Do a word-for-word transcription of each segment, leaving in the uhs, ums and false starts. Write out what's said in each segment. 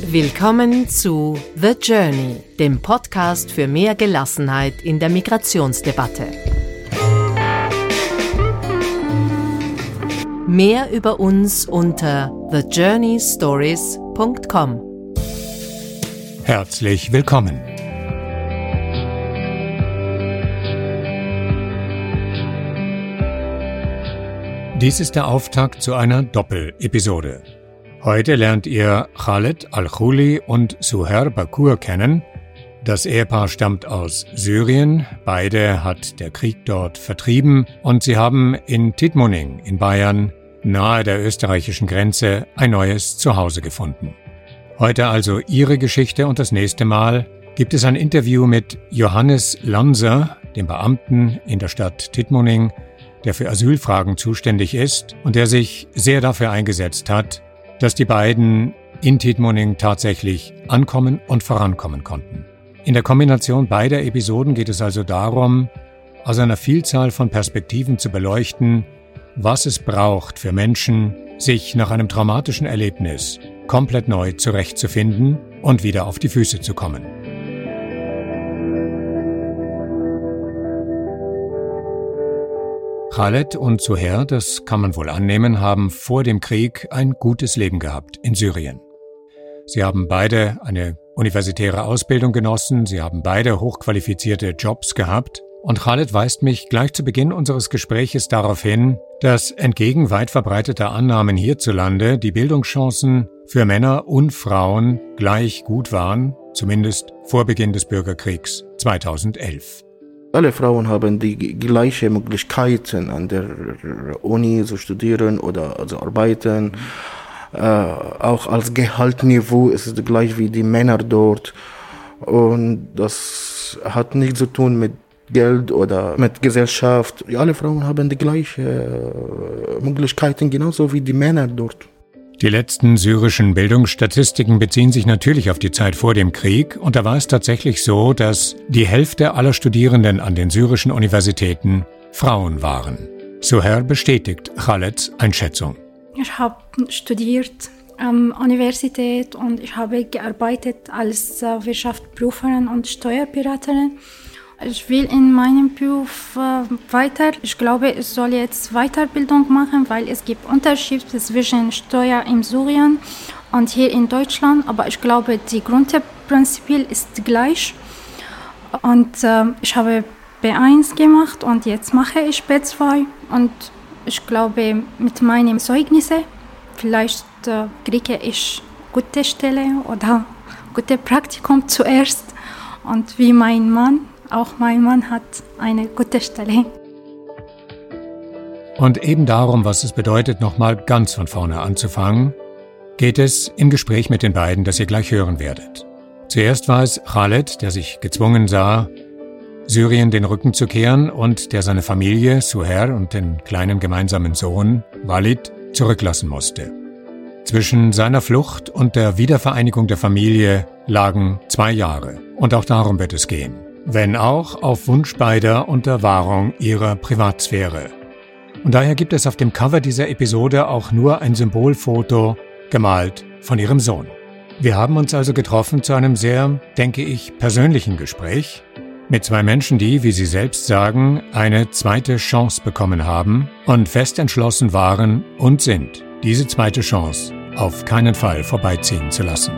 Willkommen zu The Journey, dem Podcast für mehr Gelassenheit in der Migrationsdebatte. Mehr über uns unter the journey stories punkt com. Herzlich willkommen. Dies ist der Auftakt zu einer Doppel-Episode. Heute lernt ihr Khaled Al-Khouli und Suher Bakur kennen. Das Ehepaar stammt aus Syrien, beide hat der Krieg dort vertrieben und sie haben in Tittmoning in Bayern, nahe der österreichischen Grenze, ein neues Zuhause gefunden. Heute also ihre Geschichte und das nächste Mal gibt es ein Interview mit Johannes Lanser, dem Beamten in der Stadt Tittmoning, der für Asylfragen zuständig ist und der sich sehr dafür eingesetzt hat, dass die beiden in Tittmoning tatsächlich ankommen und vorankommen konnten. In der Kombination beider Episoden geht es also darum, aus einer Vielzahl von Perspektiven zu beleuchten, was es braucht für Menschen, sich nach einem traumatischen Erlebnis komplett neu zurechtzufinden und wieder auf die Füße zu kommen. Khaled und Suher, das kann man wohl annehmen, haben vor dem Krieg ein gutes Leben gehabt in Syrien. Sie haben beide eine universitäre Ausbildung genossen, sie haben beide hochqualifizierte Jobs gehabt und Khaled weist mich gleich zu Beginn unseres Gespräches darauf hin, dass entgegen weit verbreiteter Annahmen hierzulande die Bildungschancen für Männer und Frauen gleich gut waren, zumindest vor Beginn des Bürgerkriegs zweitausendelf. Alle Frauen haben die gleichen Möglichkeiten, an der Uni zu studieren oder zu arbeiten. Äh, auch als Gehaltsniveau ist es gleich wie die Männer dort. Und das hat nichts zu tun mit Geld oder mit Gesellschaft. Alle Frauen haben die gleichen Möglichkeiten, genauso wie die Männer dort. Die letzten syrischen Bildungsstatistiken beziehen sich natürlich auf die Zeit vor dem Krieg und da war es tatsächlich so, dass die Hälfte aller Studierenden an den syrischen Universitäten Frauen waren. Suher bestätigt Khaleds Einschätzung. Ich habe studiert an der Universität und ich habe gearbeitet als Wirtschaftsprüferin und Steuerberaterin. Ich will in meinem Beruf äh, weiter. Ich glaube, ich soll jetzt Weiterbildung machen, weil es gibt Unterschiede zwischen Steuer in Syrien und hier in Deutschland. Aber ich glaube, die Grundprinzip ist gleich. Und äh, ich habe B eins gemacht und jetzt mache ich B zwei. Und ich glaube, mit meinen Zeugnissen vielleicht äh, kriege ich gute Stelle oder gute Praktikum zuerst. Und wie mein Mann. Auch mein Mann hat eine gute Stelle. Und eben darum, was es bedeutet, nochmal ganz von vorne anzufangen, geht es im Gespräch mit den beiden, das ihr gleich hören werdet. Zuerst war es Khaled, der sich gezwungen sah, Syrien den Rücken zu kehren und der seine Familie, Suher und den kleinen gemeinsamen Sohn, Walid, zurücklassen musste. Zwischen seiner Flucht und der Wiedervereinigung der Familie lagen zwei Jahre. Und auch darum wird es gehen. Wenn auch auf Wunsch beider unter Wahrung ihrer Privatsphäre. Und daher gibt es auf dem Cover dieser Episode auch nur ein Symbolfoto, gemalt von ihrem Sohn. Wir haben uns also getroffen zu einem sehr, denke ich, persönlichen Gespräch mit zwei Menschen, die, wie sie selbst sagen, eine zweite Chance bekommen haben und fest entschlossen waren und sind, diese zweite Chance auf keinen Fall vorbeiziehen zu lassen.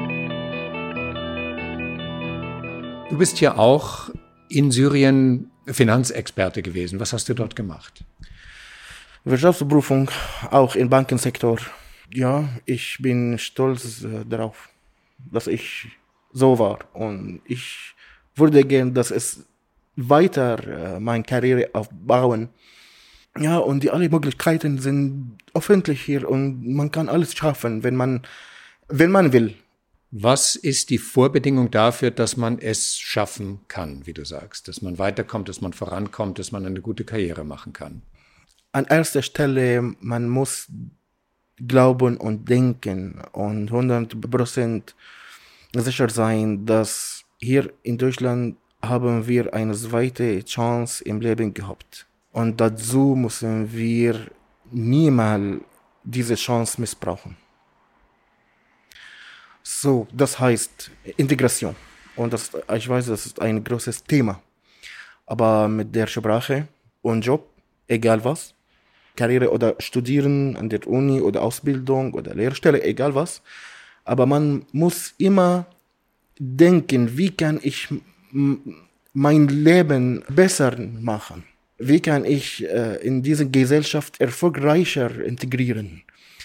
Du bist ja auch in Syrien Finanzexperte gewesen. Was hast du dort gemacht? Wirtschaftsprüfung, auch im Bankensektor. Ja, ich bin stolz äh, darauf, dass ich so war. Und ich würde gerne, dass es weiter äh, meine Karriere aufbauen. Ja, und die alle Möglichkeiten sind öffentlich hier und man kann alles schaffen, wenn man, wenn man will. Was ist die Vorbedingung dafür, dass man es schaffen kann, wie du sagst, dass man weiterkommt, dass man vorankommt, dass man eine gute Karriere machen kann? An erster Stelle, man muss glauben und denken und hundert Prozent sicher sein, dass hier in Deutschland haben wir eine zweite Chance im Leben gehabt. Und dazu müssen wir niemals diese Chance missbrauchen. So, das heißt Integration. Und das, ich weiß, das ist ein großes Thema. Aber mit der Sprache und Job, egal was, Karriere oder Studieren an der Uni oder Ausbildung oder Lehrstelle, egal was. Aber man muss immer denken, wie kann ich m- mein Leben besser machen? Wie kann ich äh, in diese Gesellschaft erfolgreicher integrieren?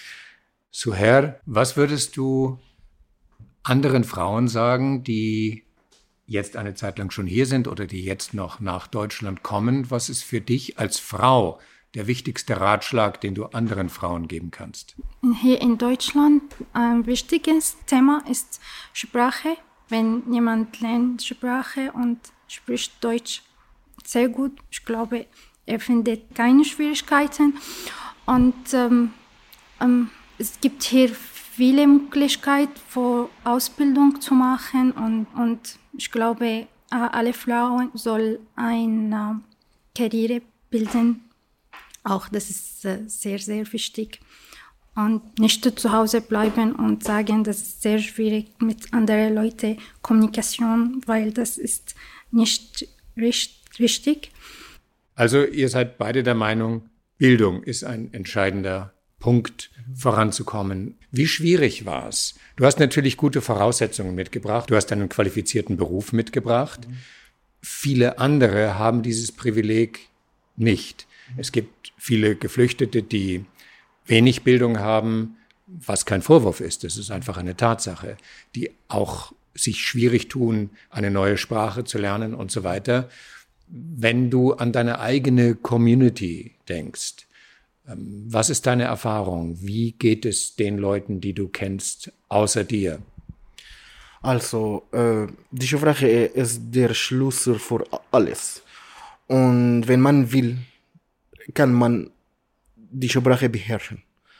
Suher, was würdest du anderen Frauen sagen, die jetzt eine Zeit lang schon hier sind oder die jetzt noch nach Deutschland kommen? Was ist für dich als Frau der wichtigste Ratschlag, den du anderen Frauen geben kannst? Hier in Deutschland ein wichtiges Thema ist Sprache. Wenn jemand lernt Sprache und spricht Deutsch sehr gut, ich glaube, er findet keine Schwierigkeiten. Und ähm, ähm, es gibt hier viele Möglichkeiten, für Ausbildung zu machen. Und, und ich glaube, alle Frauen sollen eine Karriere bilden. Auch das ist sehr, sehr wichtig. Und nicht zu Hause bleiben und sagen, das ist sehr schwierig mit anderen Leuten Kommunikation, weil das ist nicht richtig. Also ihr seid beide der Meinung, Bildung ist ein entscheidender Punkt, voranzukommen. Wie schwierig war es? Du hast natürlich gute Voraussetzungen mitgebracht. Du hast einen qualifizierten Beruf mitgebracht. Mhm. Viele andere haben dieses Privileg nicht. Mhm. Es gibt viele Geflüchtete, die wenig Bildung haben, was kein Vorwurf ist. Das ist einfach eine Tatsache, die auch sich schwierig tun, eine neue Sprache zu lernen und so weiter. Wenn du an deine eigene Community denkst, was ist deine Erfahrung? Wie geht es den Leuten, die du kennst, außer dir? Also, äh, die Sprache ist der Schlüssel für alles. Und wenn man will, kann man die Sprache beherrschen.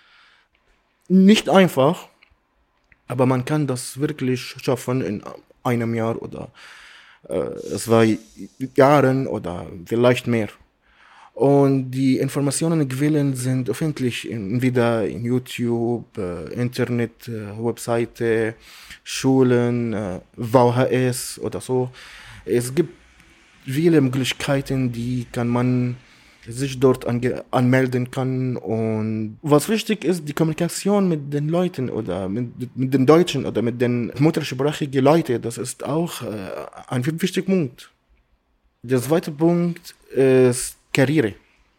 Nicht einfach, aber man kann das wirklich schaffen in einem Jahr oder äh, zwei Jahren oder vielleicht mehr. Und die Informationen, Quellen sind öffentlich, entweder in YouTube, äh, Internet, äh, Webseite, Schulen, äh, V H S oder so. Es gibt viele Möglichkeiten, die kann man sich dort ange- anmelden kann. Und was wichtig ist, die Kommunikation mit den Leuten oder mit, mit den Deutschen oder mit den muttersprachigen Leuten, das ist auch äh, ein wichtiger Punkt. Der zweite Punkt ist Karriere.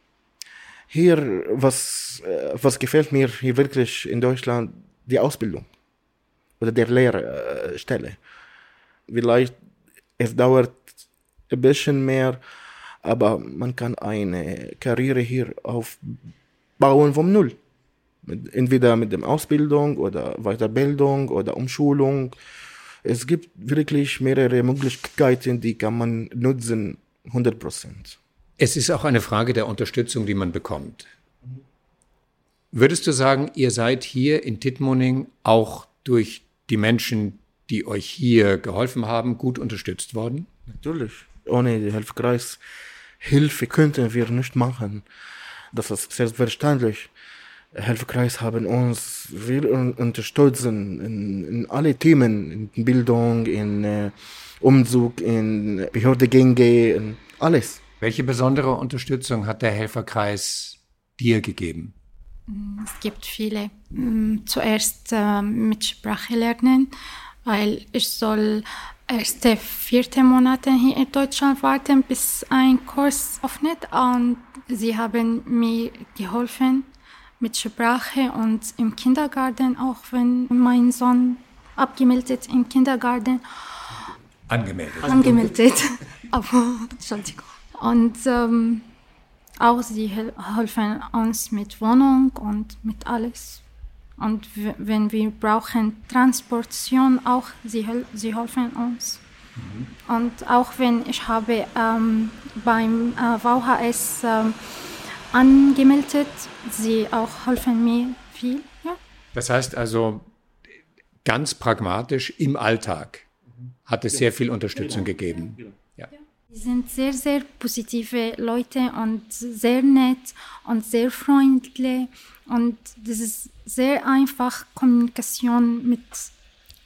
Hier, was, äh, was gefällt mir hier wirklich in Deutschland, die Ausbildung oder der Lehrstelle. Vielleicht, es dauert ein bisschen mehr, aber man kann eine Karriere hier aufbauen vom Null. Mit, entweder mit der Ausbildung oder Weiterbildung oder Umschulung. Es gibt wirklich mehrere Möglichkeiten, die kann man nutzen, hundert Prozent. Es ist auch eine Frage der Unterstützung, die man bekommt. Würdest du sagen, ihr seid hier in Tittmoning auch durch die Menschen, die euch hier geholfen haben, gut unterstützt worden? Natürlich. Ohne den Hilfekreis Hilfe könnten wir nicht machen. Das ist selbstverständlich. Hilfekreis haben uns viel unterstützen in, in alle Themen, in Bildung, in äh, Umzug, in Behördegänge, in alles. Welche besondere Unterstützung hat der Helferkreis dir gegeben? Es gibt viele. Zuerst äh, mit Sprache lernen, weil ich soll erste vierte Monate hier in Deutschland warten, bis ein Kurs öffnet. Und sie haben mir geholfen mit Sprache und im Kindergarten, auch wenn mein Sohn abgemeldet im Kindergarten. Angemeldet. Angemeldet. Aber, Entschuldigung. Und ähm, auch sie helfen uns mit Wohnung und mit alles. Und w- wenn wir brauchen Transportation, auch sie, sie helfen uns. Mhm. Und auch wenn ich habe ähm, beim äh, V H S ähm, angemeldet, sie auch helfen mir viel. Ja. Das heißt also, ganz pragmatisch im Alltag hat es sehr viel Unterstützung gegeben. Ja. Sie sind sehr, sehr positive Leute und sehr nett und sehr freundlich. Und das ist sehr einfach, Kommunikation mit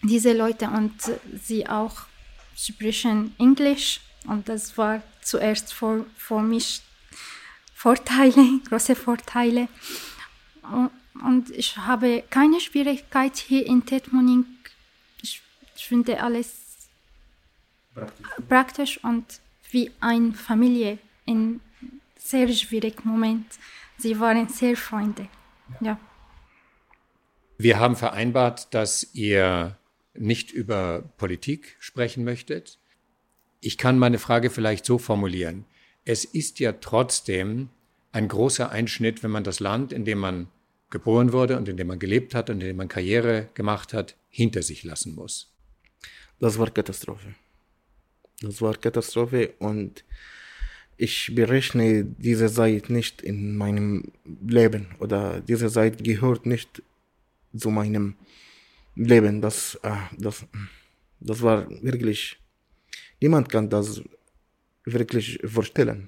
diese Leute und sie auch sprechen Englisch und das war zuerst für, für mich Vorteile, große Vorteile. Und, und ich habe keine Schwierigkeit hier in Tetmoning. Ich, ich finde alles praktisch. praktisch und wie eine Familie in sehr schwierigen Moment. Sie waren sehr Freunde. Ja. Ja. Wir haben vereinbart, dass ihr nicht über Politik sprechen möchtet. Ich kann meine Frage vielleicht so formulieren. Es ist ja trotzdem ein großer Einschnitt, wenn man das Land, in dem man geboren wurde und in dem man gelebt hat und in dem man Karriere gemacht hat, hinter sich lassen muss. Das war Katastrophe. Das war Katastrophe und ich berechne diese Zeit nicht in meinem Leben oder diese Zeit gehört nicht zu meinem Leben. Das, das, das war wirklich, niemand kann das wirklich vorstellen.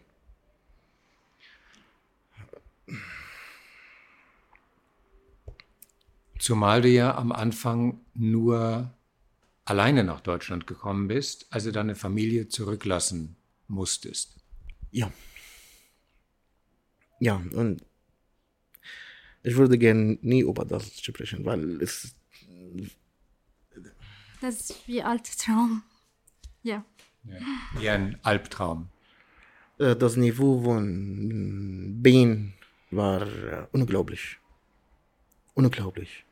Zumal du ja am Anfang nur alleine nach Deutschland gekommen bist, also deine Familie zurücklassen musstest. Ja. Ja, und ich würde gerne nie über das sprechen, weil es... Das ist wie ein alter Traum. Ja. Ja. Wie ein Albtraum. Das Niveau von Bein war unglaublich. Unglaublich.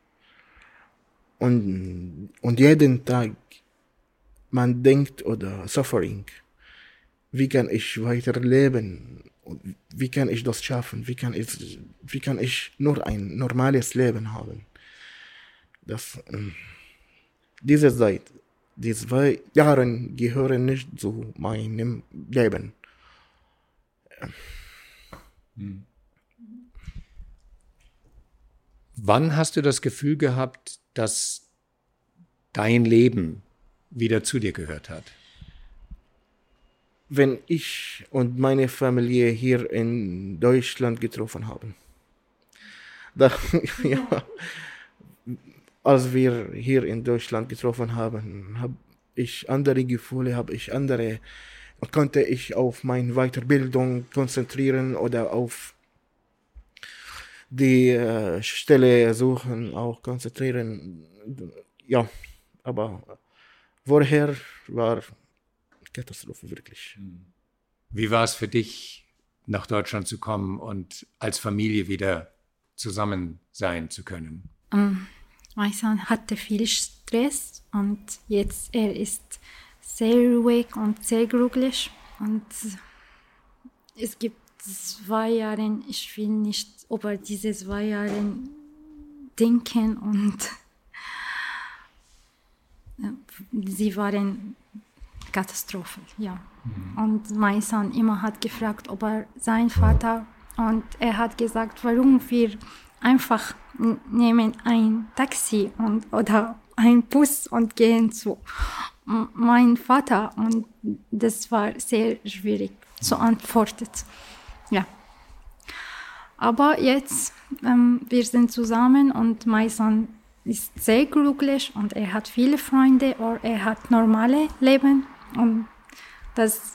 Und, und jeden Tag, man denkt, oder Suffering, wie kann ich weiterleben? Wie kann ich das schaffen? Wie kann ich, wie kann ich nur ein normales Leben haben? Das, diese Zeit, die zwei Jahre gehören nicht zu meinem Leben. Hm. Wann hast du das Gefühl gehabt, dass dein Leben wieder zu dir gehört hat? Wenn ich und meine Familie hier in Deutschland getroffen haben. Da, ja, als wir hier in Deutschland getroffen haben, habe ich andere Gefühle, habe ich andere, konnte ich auf meine Weiterbildung konzentrieren oder auf die äh, Stelle suchen, auch konzentrieren. Ja, aber vorher war Katastrophe wirklich. Wie war es für dich, nach Deutschland zu kommen und als Familie wieder zusammen sein zu können? Um, mein Sohn hatte viel Stress und jetzt er ist sehr ruhig und sehr glücklich und es gibt zwei Jahre, ich will nicht über diese zwei Jahre denken und sie waren Katastrophe, ja. Mhm. Und mein Sohn immer hat gefragt, ob er sein Vater, und er hat gesagt, warum wir einfach nehmen ein Taxi und, oder ein Bus und gehen zu mein Vater, und das war sehr schwierig zu antworten. Ja. Aber jetzt, ähm, wir sind zusammen und mein Sohn ist sehr glücklich und er hat viele Freunde, oder er hat normale Leben, und das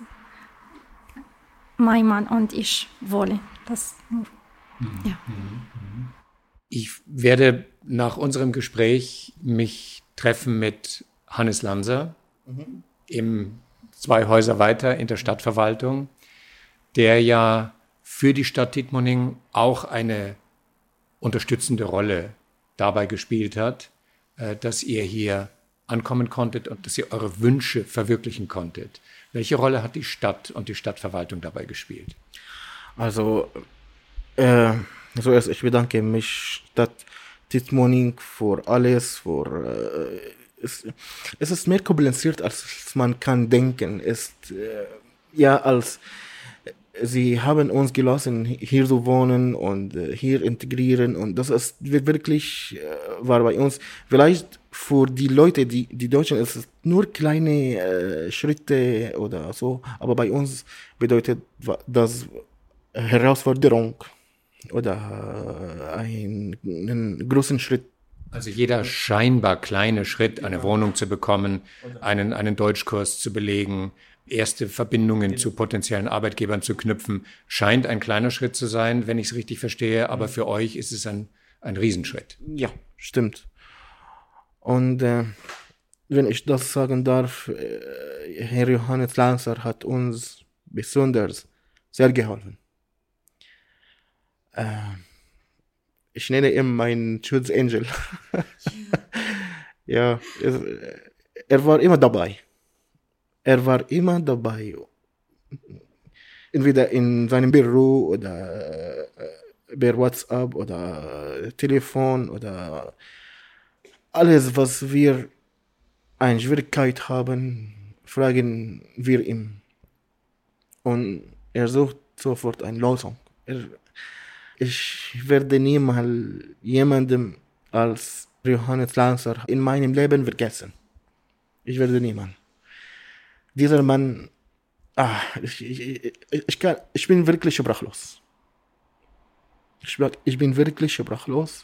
mein Mann und ich wollen. Das, ja. Ich werde nach unserem Gespräch mich treffen mit Hannes Lanser, mhm. im zwei Häuser weiter in der Stadtverwaltung, der ja für die Stadt Tetmoning auch eine unterstützende Rolle dabei gespielt hat, dass ihr hier ankommen konntet und dass ihr eure Wünsche verwirklichen konntet. Welche Rolle hat die Stadt und die Stadtverwaltung dabei gespielt? Also, äh, zuerst, ich bedanke mich Stadt Tetmoning für alles, für, äh, es, es ist mehr kompliziert, als man kann denken. Es ist, äh, ja, als sie haben uns gelassen, hier zu wohnen und äh, hier integrieren, und das ist wirklich, äh, war bei uns, vielleicht für die Leute, die, die Deutschen, ist es nur kleine äh, Schritte oder so, aber bei uns bedeutet das Herausforderung oder äh, ein, einen großen Schritt Also jeder scheinbar kleine Schritt, eine Wohnung zu bekommen, einen, einen Deutschkurs zu belegen, erste Verbindungen zu potenziellen Arbeitgebern zu knüpfen, scheint ein kleiner Schritt zu sein, wenn ich es richtig verstehe, aber für euch ist es ein, ein Riesenschritt. Ja, stimmt. Und äh, wenn ich das sagen darf, äh, Herr Johannes Lanzer hat uns besonders sehr geholfen. Äh, ich nenne ihn meinen Schutzengel. Ja, er, er war immer dabei. Er war immer dabei. Entweder in seinem Büro oder äh, per WhatsApp oder äh, Telefon oder alles, was wir eine Schwierigkeit haben, fragen wir ihn. Und er sucht sofort eine Lösung. Er, ich werde niemals jemanden als Johannes Lanzer in meinem Leben vergessen. Ich werde niemals. Dieser Mann, ah, ich, ich, ich, kann, ich bin wirklich sprachlos. Ich, ich bin wirklich sprachlos.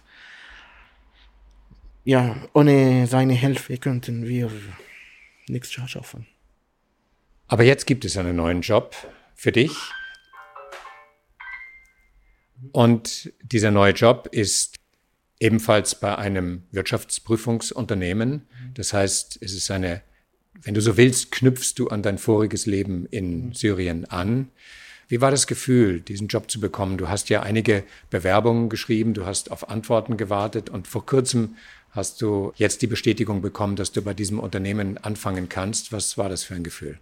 Ja, ohne seine Hilfe könnten wir nichts schaffen. Aber jetzt gibt es einen neuen Job für dich. Und dieser neue Job ist ebenfalls bei einem Wirtschaftsprüfungsunternehmen. Das heißt, es ist eine, wenn du so willst, knüpfst du an dein voriges Leben in Syrien an. Wie war das Gefühl, diesen Job zu bekommen? Du hast ja einige Bewerbungen geschrieben, du hast auf Antworten gewartet und vor kurzem hast du jetzt die Bestätigung bekommen, dass du bei diesem Unternehmen anfangen kannst. Was war das für ein Gefühl?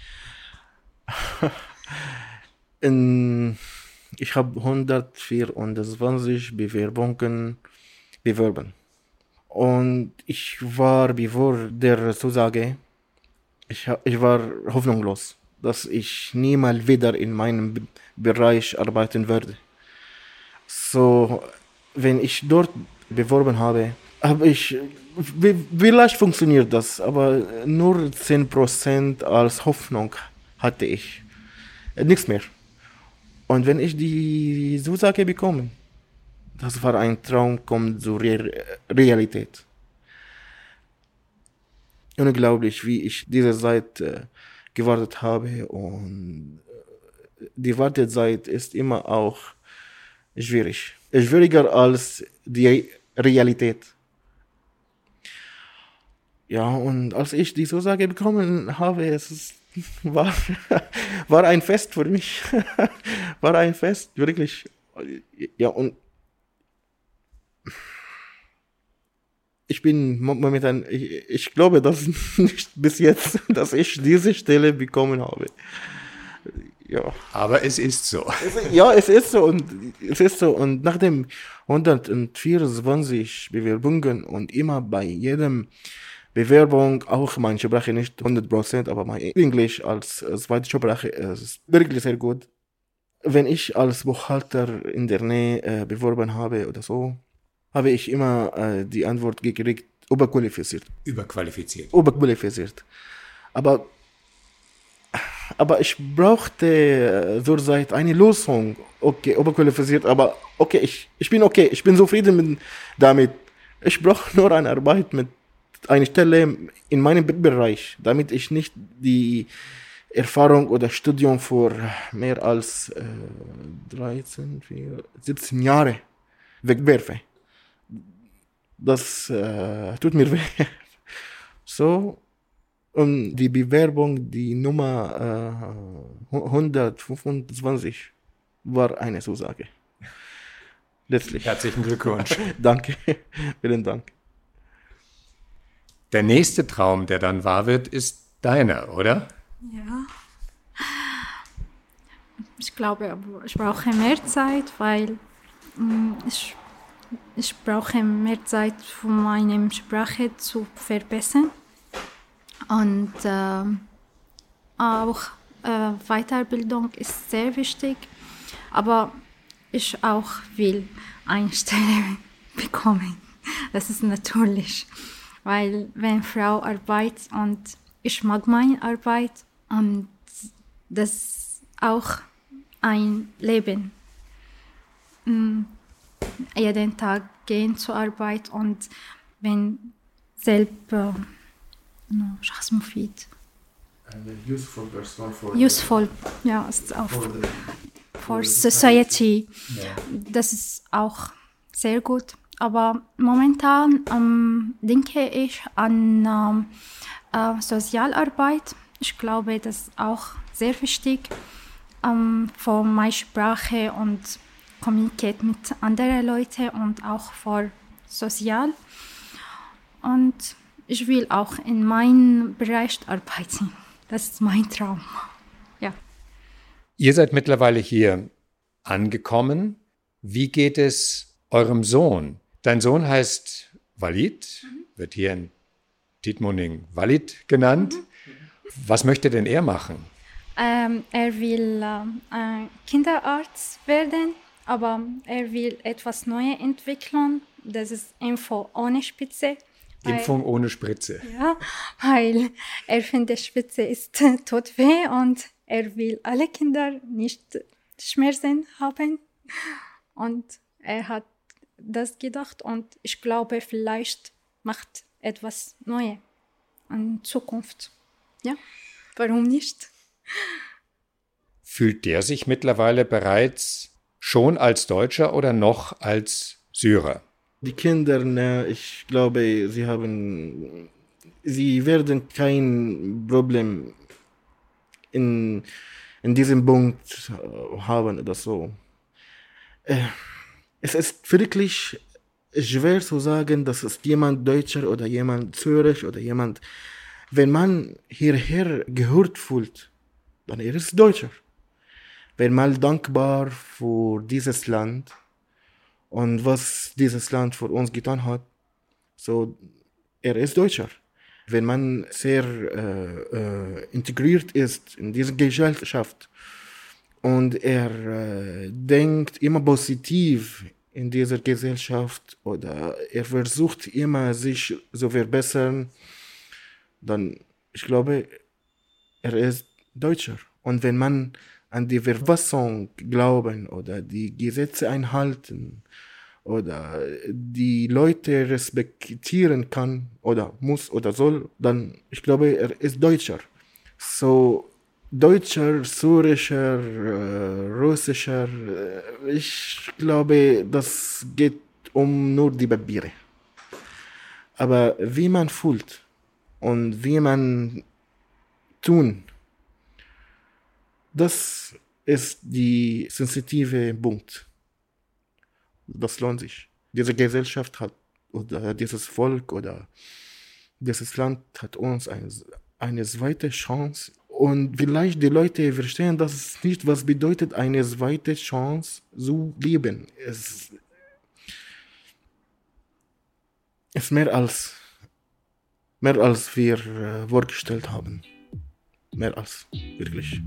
In, ich habe hundertvierundzwanzig Bewerbungen beworben. Und ich war, bevor der Zusage, ich, ich war hoffnungslos, dass ich niemals wieder in meinem B- Bereich arbeiten werde. So, wenn ich dort beworben habe, habe ich, vielleicht funktioniert das, aber nur zehn Prozent als Hoffnung hatte ich. Nichts mehr. Und wenn ich die Zusage bekomme, das war ein Traum, kommt zur Re- Realität. Unglaublich, wie ich diese Zeit äh, gewartet habe, und die Wartezeit ist immer auch schwierig. Schwieriger als die Realität. Ja, und als ich die Zusage bekommen habe, es ist, war, war ein Fest für mich. War ein Fest, wirklich. Ja, und ich bin momentan, ich, ich glaube, dass nicht bis jetzt, dass ich diese Stelle bekommen habe. Ja. Aber es ist so. Ja, es ist so, und es ist so, und nach dem hundertvierundzwanzig Bewerbungen und immer bei jedem Bewerbung, auch meine Sprache nicht hundert Prozent, aber mein Englisch als zweite Sprache ist wirklich sehr gut. Wenn ich als Buchhalter in der Nähe äh, beworben habe oder so, habe ich immer äh, die Antwort gekriegt, überqualifiziert. Überqualifiziert. Überqualifiziert. Aber, aber ich brauchte äh, zurzeit eine Lösung. Okay, überqualifiziert, aber okay, ich, ich bin okay, ich bin zufrieden mit, damit. Ich brauche nur eine Arbeit mit einer Stelle in meinem Bereich, damit ich nicht die Erfahrung oder Studium vor mehr als äh, dreizehn, vierzehn, siebzehn Jahre wegwerfe. Das äh, tut mir weh. So, und die Bewerbung, die Nummer äh, hundertfünfundzwanzig, war eine Zusage. Letztlich. Herzlichen Glückwunsch. Danke, vielen Dank. Der nächste Traum, der dann wahr wird, ist deiner, oder? Ja. Ich glaube, ich brauche mehr Zeit, weil mh, ich, ich brauche mehr Zeit, um meine Sprache zu verbessern. Und äh, auch äh, Weiterbildung ist sehr wichtig. Aber ich auch will eine Stelle bekommen. Das ist natürlich. Weil wenn Frau arbeitet und ich mag meine Arbeit, und das ist auch ein Leben. Jeden Tag gehen zur Arbeit und wenn selbst äh, no, شخص مفيد. Useful person for Useful, ja, ist auch for the, for society. Yeah. Das ist auch sehr gut. Aber momentan ähm, denke ich an ähm, äh, Sozialarbeit. Ich glaube, das ist auch sehr wichtig ähm, für meine Sprache und kommuniziert mit anderen Leuten und auch für sozial. Und ich will auch in meinem Bereich arbeiten. Das ist mein Traum. Ja. Ihr seid mittlerweile hier angekommen. Wie geht es eurem Sohn? Dein Sohn heißt Walid, mhm. wird hier in Tiedmoning Walid genannt. Mhm. Was möchte denn er machen? Ähm, er will äh, Kinderarzt werden, aber er will etwas Neues entwickeln. Das ist Impfung ohne Spritze. Impfung weil, ohne Spritze? Ja, weil er findet, Spritze ist tut weh und er will alle Kinder nicht Schmerzen haben. Und er hat das gedacht und ich glaube, vielleicht macht etwas Neues in Zukunft. Ja, warum nicht? Fühlt der sich mittlerweile bereits schon als Deutscher oder noch als Syrer? Die Kinder, ich glaube, sie haben, sie werden kein Problem in, in diesem Punkt haben oder so. Es ist wirklich schwer zu sagen, dass es jemand Deutscher oder jemand Zürich oder jemand, wenn man hierher gehört fühlt, dann er ist Deutscher. Wenn man dankbar für dieses Land und was dieses Land für uns getan hat, so er ist Deutscher. Wenn man sehr äh, äh, integriert ist in diese Gesellschaft und er äh, denkt immer positiv in dieser Gesellschaft oder er versucht immer sich zu verbessern, dann, ich glaube, er ist Deutscher. Und wenn man an die Verfassung glauben oder die Gesetze einhalten oder die Leute respektieren kann oder muss oder soll, dann, ich glaube, er ist Deutscher. So, Deutscher, Syrischer, äh, Russischer, äh, ich glaube, das geht um nur die Papiere. Aber wie man fühlt und wie man tun, das ist die sensitive Punkt. Das lohnt sich. Diese Gesellschaft hat, oder dieses Volk oder dieses Land hat uns eine, eine zweite Chance. Und vielleicht die Leute verstehen das nicht, was bedeutet eine zweite Chance zu leben. Es ist mehr als, mehr als wir äh, vorgestellt haben. Mehr als, wirklich.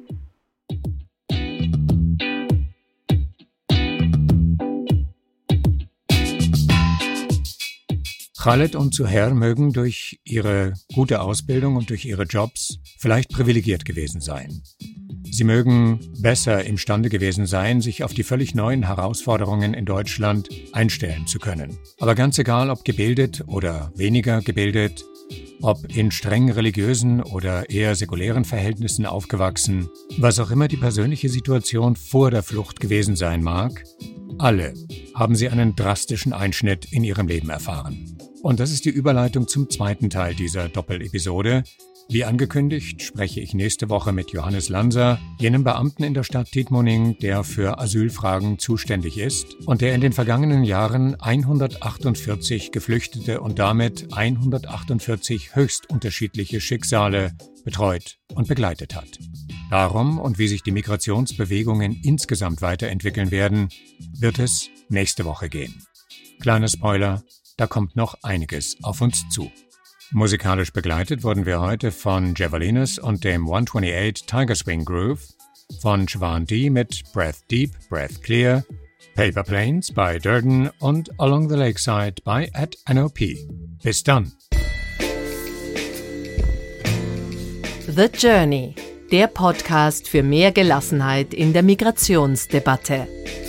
Khaled und Zuher mögen durch ihre gute Ausbildung und durch ihre Jobs vielleicht privilegiert gewesen sein. Sie mögen besser imstande gewesen sein, sich auf die völlig neuen Herausforderungen in Deutschland einstellen zu können. Aber ganz egal, ob gebildet oder weniger gebildet, ob in streng religiösen oder eher säkulären Verhältnissen aufgewachsen, was auch immer die persönliche Situation vor der Flucht gewesen sein mag, alle haben sie einen drastischen Einschnitt in ihrem Leben erfahren. Und das ist die Überleitung zum zweiten Teil dieser Doppelepisode. Wie angekündigt, spreche ich nächste Woche mit Johannes Lanser, jenem Beamten in der Stadt Tiedmoning, der für Asylfragen zuständig ist und der in den vergangenen Jahren hundertachtundvierzig Geflüchtete und damit hundertachtundvierzig höchst unterschiedliche Schicksale betreut und begleitet hat. Darum und wie sich die Migrationsbewegungen insgesamt weiterentwickeln werden, wird es nächste Woche gehen. Kleiner Spoiler, da kommt noch einiges auf uns zu. Musikalisch begleitet wurden wir heute von Javelinas und dem hundertachtundzwanzig Tiger Swing Groove, von Siobhan D. mit Breath Deep, Breath Clear, Paper Planes bei Durden und Along the Lakeside bei at N O P. Bis dann! The Journey, der Podcast für mehr Gelassenheit in der Migrationsdebatte.